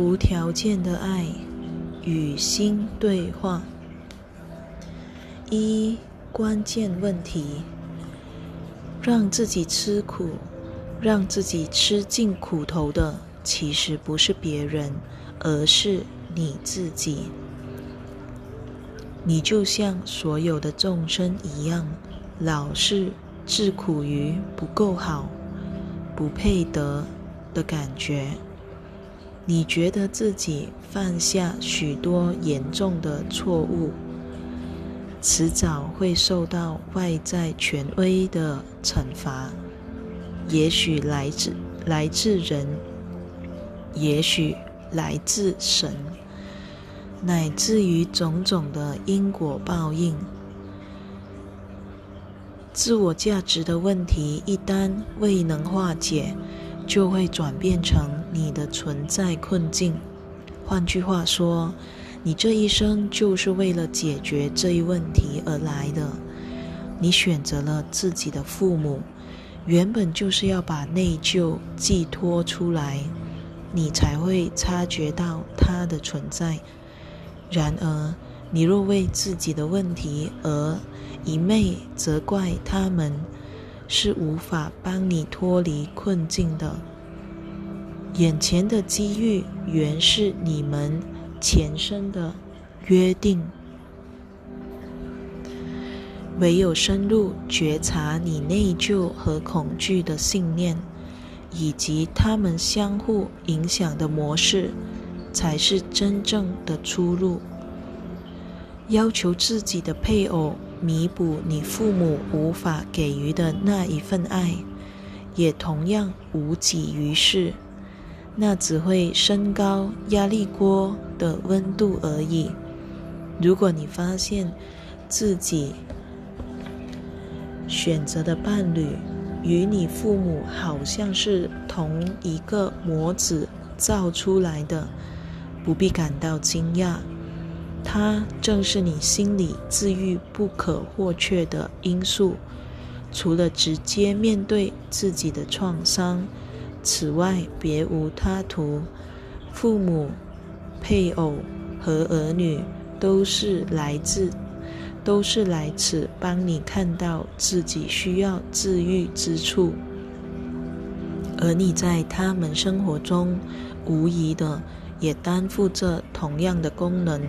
无条件的爱，与心对话。关键问题：让自己吃苦，让自己吃尽苦头的，其实不是别人，而是你自己。你就像所有的众生一样，老是自苦于不够好、不配得的感觉。你觉得自己犯下许多严重的错误，迟早会受到外在权威的惩罚，也许来自人，也许来自神，乃至于种种的因果报应。自我价值的问题一旦未能化解，就会转变成你的存在困境。换句话说，你这一生就是为了解决这一问题而来的。你选择了自己的父母，原本就是要把内疚寄托出来，你才会察觉到它的存在。然而，你若为自己的问题而一昧责怪他们，是无法帮你脱离困境的。眼前的机遇原是你们前生的约定，唯有深入觉察你内疚和恐惧的信念，以及他们相互影响的模式，才是真正的出路。要求自己的配偶弥补你父母无法给予的那一份爱，也同样无济于事，那只会升高压力锅的温度而已。如果你发现自己选择的伴侣与你父母好像是同一个模子造出来的，不必感到惊讶，它正是你心里自愈不可或缺的因素。除了直接面对自己的创伤，此外别无他途。父母、配偶和儿女都是来此帮你看到自己需要治愈之处，而你在他们生活中无疑的也担负着同样的功能。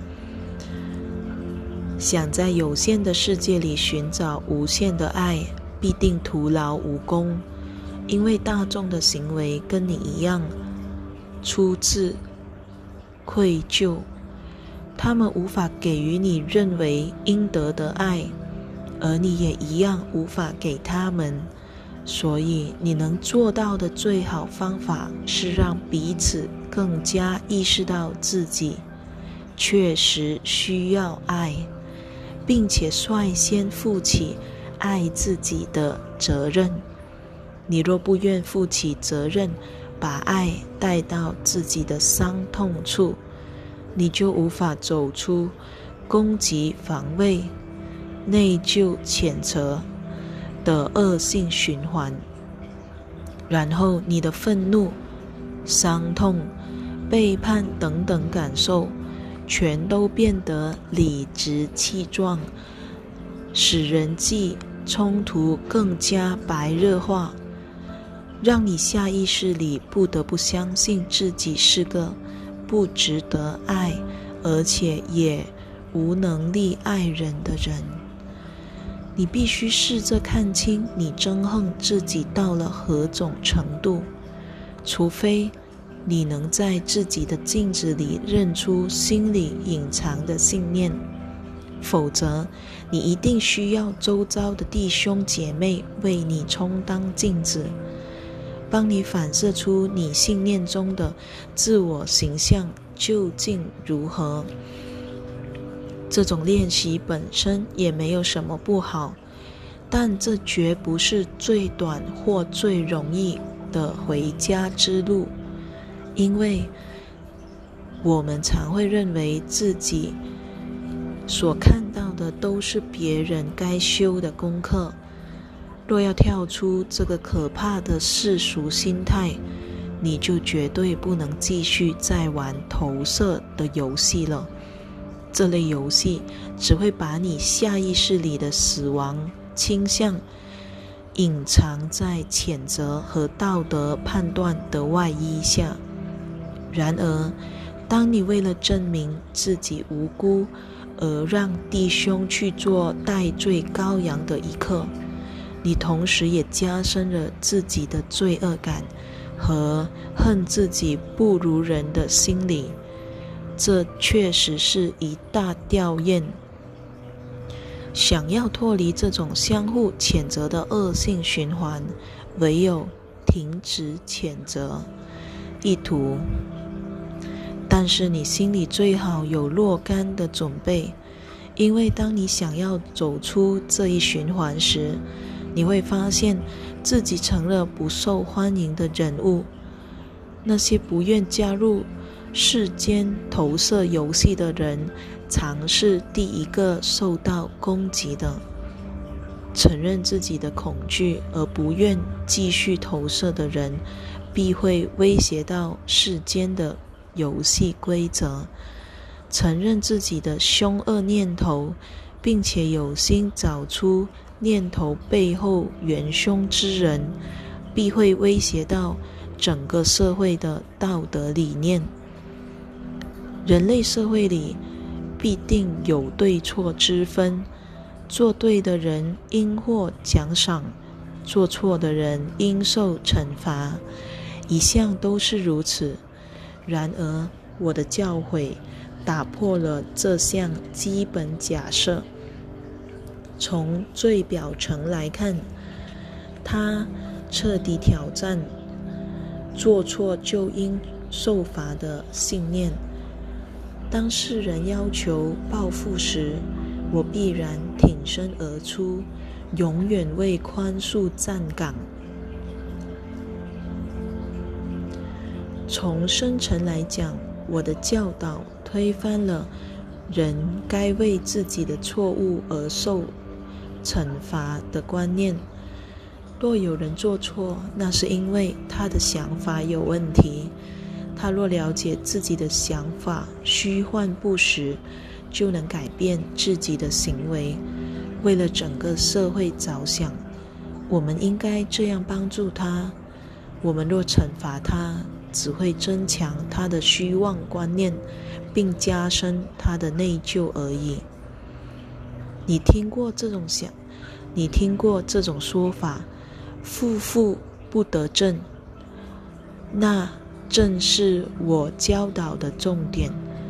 想在有限的世界里寻找无限的爱，必定徒劳无功，因为大众的行为跟你一样，出自愧疚，他们无法给予你认为应得的爱，而你也一样无法给他们。所以你能做到的最好方法是让彼此更加意识到自己确实需要爱，并且率先负起爱自己的责任。你若不愿负起责任，把爱带到自己的伤痛处，你就无法走出攻击防卫、内疚谴责的恶性循环。然后你的愤怒、伤痛、背叛等等感受全都变得理直气壮，使人际冲突更加白热化，让你下意识里不得不相信自己是个不值得爱，而且也无能力爱人的人。你必须试着看清你憎恨自己到了何种程度，除非你能在自己的镜子里认出心里隐藏的信念，否则你一定需要周遭的弟兄姐妹为你充当镜子，帮你反射出你信念中的自我形象究竟如何。这种练习本身也没有什么不好，但这绝不是最短或最容易的回家之路，因为我们常会认为自己所看到的都是别人该修的功课。若要跳出这个可怕的世俗心态， 你就绝对不能继续再玩投射的游戏了。这类游戏只会把你下意识里的死亡倾向隐藏在谴责和道德判断的外衣下。然而，当你为了证明自己无辜而让弟兄去做代罪羔羊的一刻，你同时也加深了自己的罪恶感和恨自己不如人的心理。这确实是一大吊唁。想要脱离这种相互谴责的恶性循环，唯有停止谴责。意图，但是你心里最好有若干的准备，因为当你想要走出这一循环时，你会发现自己成了不受欢迎的人物。那些不愿加入世间投射游戏的人，常是第一个受到攻击的。承认自己的恐惧而不愿继续投射的人，必会威胁到世间的游戏规则。承认自己的凶恶念头，并且有心找出念头背后元凶之人，必会威胁到整个社会的道德理念。人类社会里必定有对错之分，做对的人应获奖赏，做错的人应受惩罚，一向都是如此。然而，我的教诲打破了这项基本假设。从最表层来看，它彻底挑战做错就应受罚的信念。当世人要求报复时，我必然挺身而出，永远为宽恕站岗。从深层来讲，我的教导推翻了人该为自己的错误而受惩罚的观念。若有人做错，那是因为他的想法有问题。他若了解自己的想法虚幻不实，就能改变自己的行为。为了整个社会着想，我们应该这样帮助他。我们若惩罚他，只会增强他的虚妄观念，并加深他的内疚而已。你听过这种说法，负不得正。那正是我教导的重点。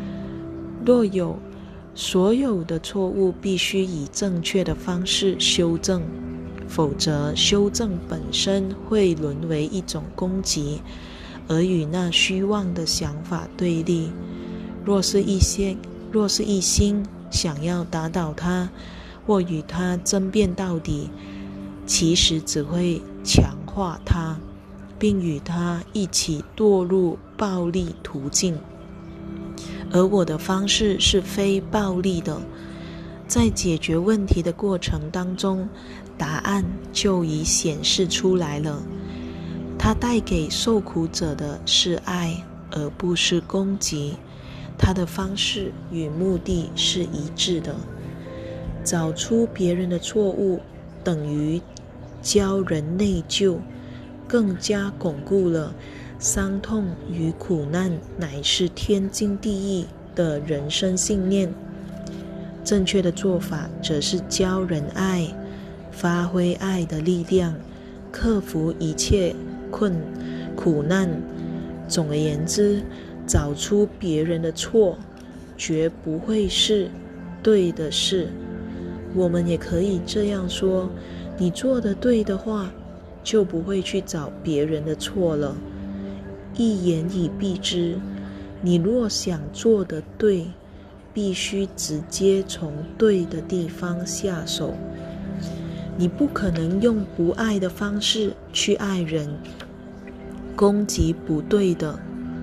所有的错误必须以正确的方式修正，否则修正本身会沦为一种攻击，而与那虚妄的想法对立。若是一心想要打倒他，或与他争辩到底，其实只会强化他，并与他一起堕入暴力途径。而我的方式是非暴力的，在解决问题的过程当中，答案就已显示出来了。它带给受苦者的是爱，而不是攻击。它的方式与目的是一致的。找出别人的错误，等于教人内疚，更加巩固了伤痛与苦难乃是天经地义的人生信念。正确的做法则是教人爱，发挥爱的力量，克服一切苦难。总而言之，找出别人的错，绝不会是对的事。我们也可以这样说，你做得对的话，就不会去找别人的错了。一言以蔽之，你若想做得对，必须直接从对的地方下手。你不可能用不爱的方式去爱人，攻击不对的，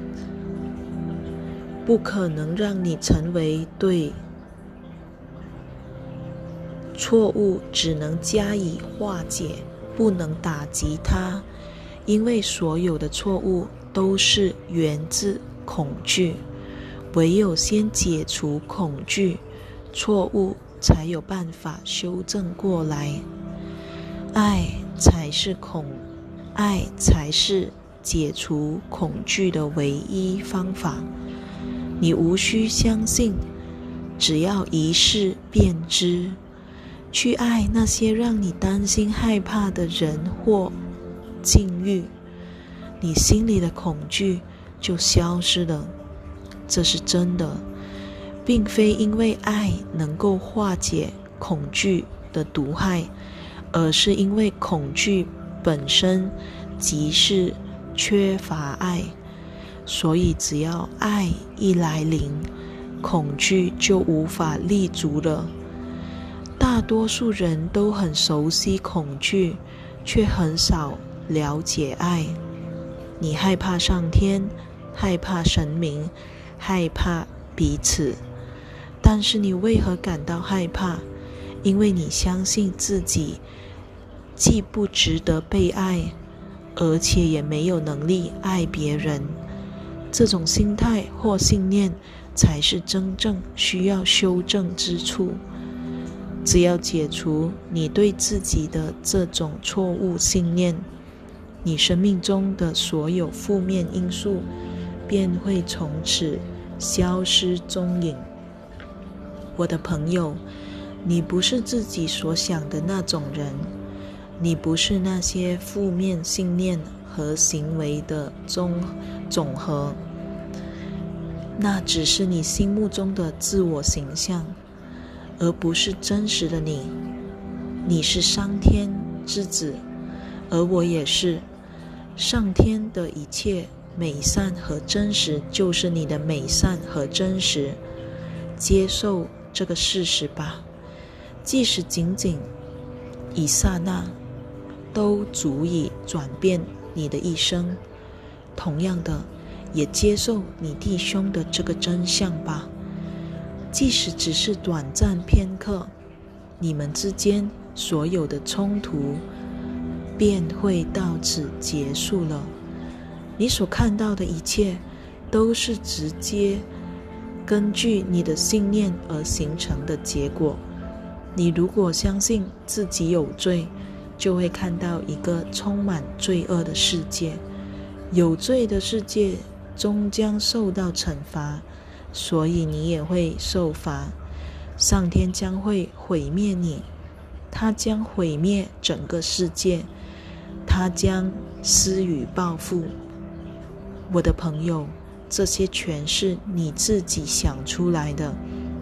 不可能让你成为对。错误只能加以化解，不能打击它，因为所有的错误都是源自恐惧，唯有先解除恐惧，错误才有办法修正过来。爱才是解除恐惧的唯一方法。你无需相信，只要一试便知。去爱那些让你担心害怕的人或境遇，你心里的恐惧就消失了。这是真的，并非因为爱能够化解恐惧的毒害，而是因为恐惧本身即是缺乏爱。所以只要爱一来临，恐惧就无法立足了。大多数人都很熟悉恐惧，却很少了解爱。你害怕上天，害怕神明，害怕彼此，但是你为何感到害怕？因为你相信自己既不值得被爱，而且也没有能力爱别人。这种心态或信念才是真正需要修正之处。只要解除你对自己的这种错误信念，你生命中的所有负面因素便会从此消失踪影。我的朋友，你不是自己所想的那种人，你不是那些负面信念和行为的总和，那只是你心目中的自我形象，而不是真实的你。你是上天之子，而我也是。上天的一切美善和真实就是你的美善和真实。接受这个事实吧，即使仅仅一刹那，都足以转变你的一生。同样的，也接受你弟兄的这个真相吧，即使只是短暂片刻，你们之间所有的冲突便会到此结束了。你所看到的一切都是直接根据你的信念而形成的结果。你如果相信自己有罪，就会看到一个充满罪恶的世界。有罪的世界终将受到惩罚，所以你也会受罚。上天将会毁灭你，他将毁灭整个世界，他将施予报复。我的朋友，这些全是你自己想出来的。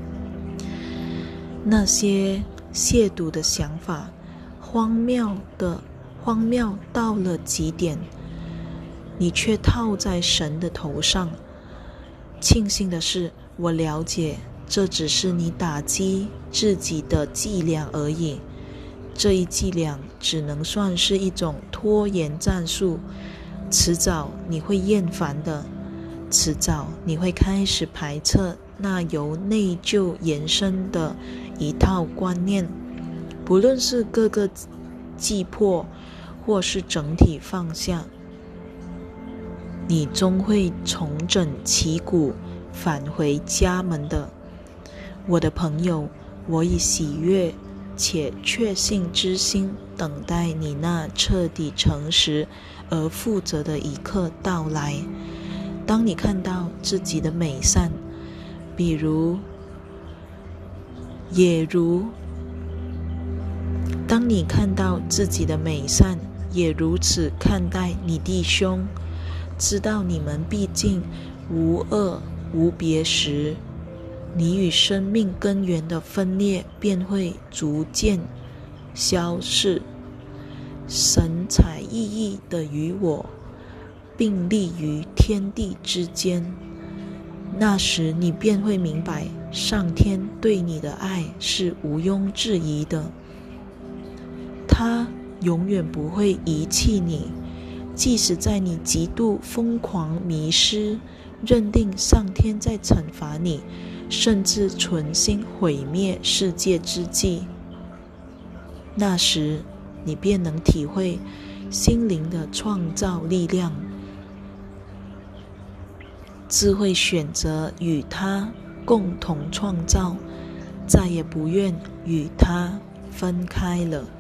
那些亵渎的想法，荒谬到了极点，你却套在神的头上。庆幸的是，我了解这只是你打击自己的伎俩而已。这一伎俩只能算是一种拖延战术，迟早你会厌烦的，迟早你会开始排斥那由内疚延伸的一套观念。不论是各个击破，或是整体放下，你终会重整旗鼓，返回家门的。我的朋友，我以喜悦且确信之心等待你那彻底诚实而负责的一刻到来。当你看到自己的美善，当你看到自己的美善，也如此看待你弟兄，知道你们毕竟无恶无别时，你与生命根源的分裂便会逐渐消逝。神采奕奕的与我并立于天地之间，那时你便会明白，上天对你的爱是毋庸置疑的。他永远不会遗弃你，即使在你极度疯狂迷失，认定上天在惩罚你，甚至存心毁灭世界之际，那时你便能体会心灵的创造力量。 智慧选择与他共同创造，再也不愿与他分开了。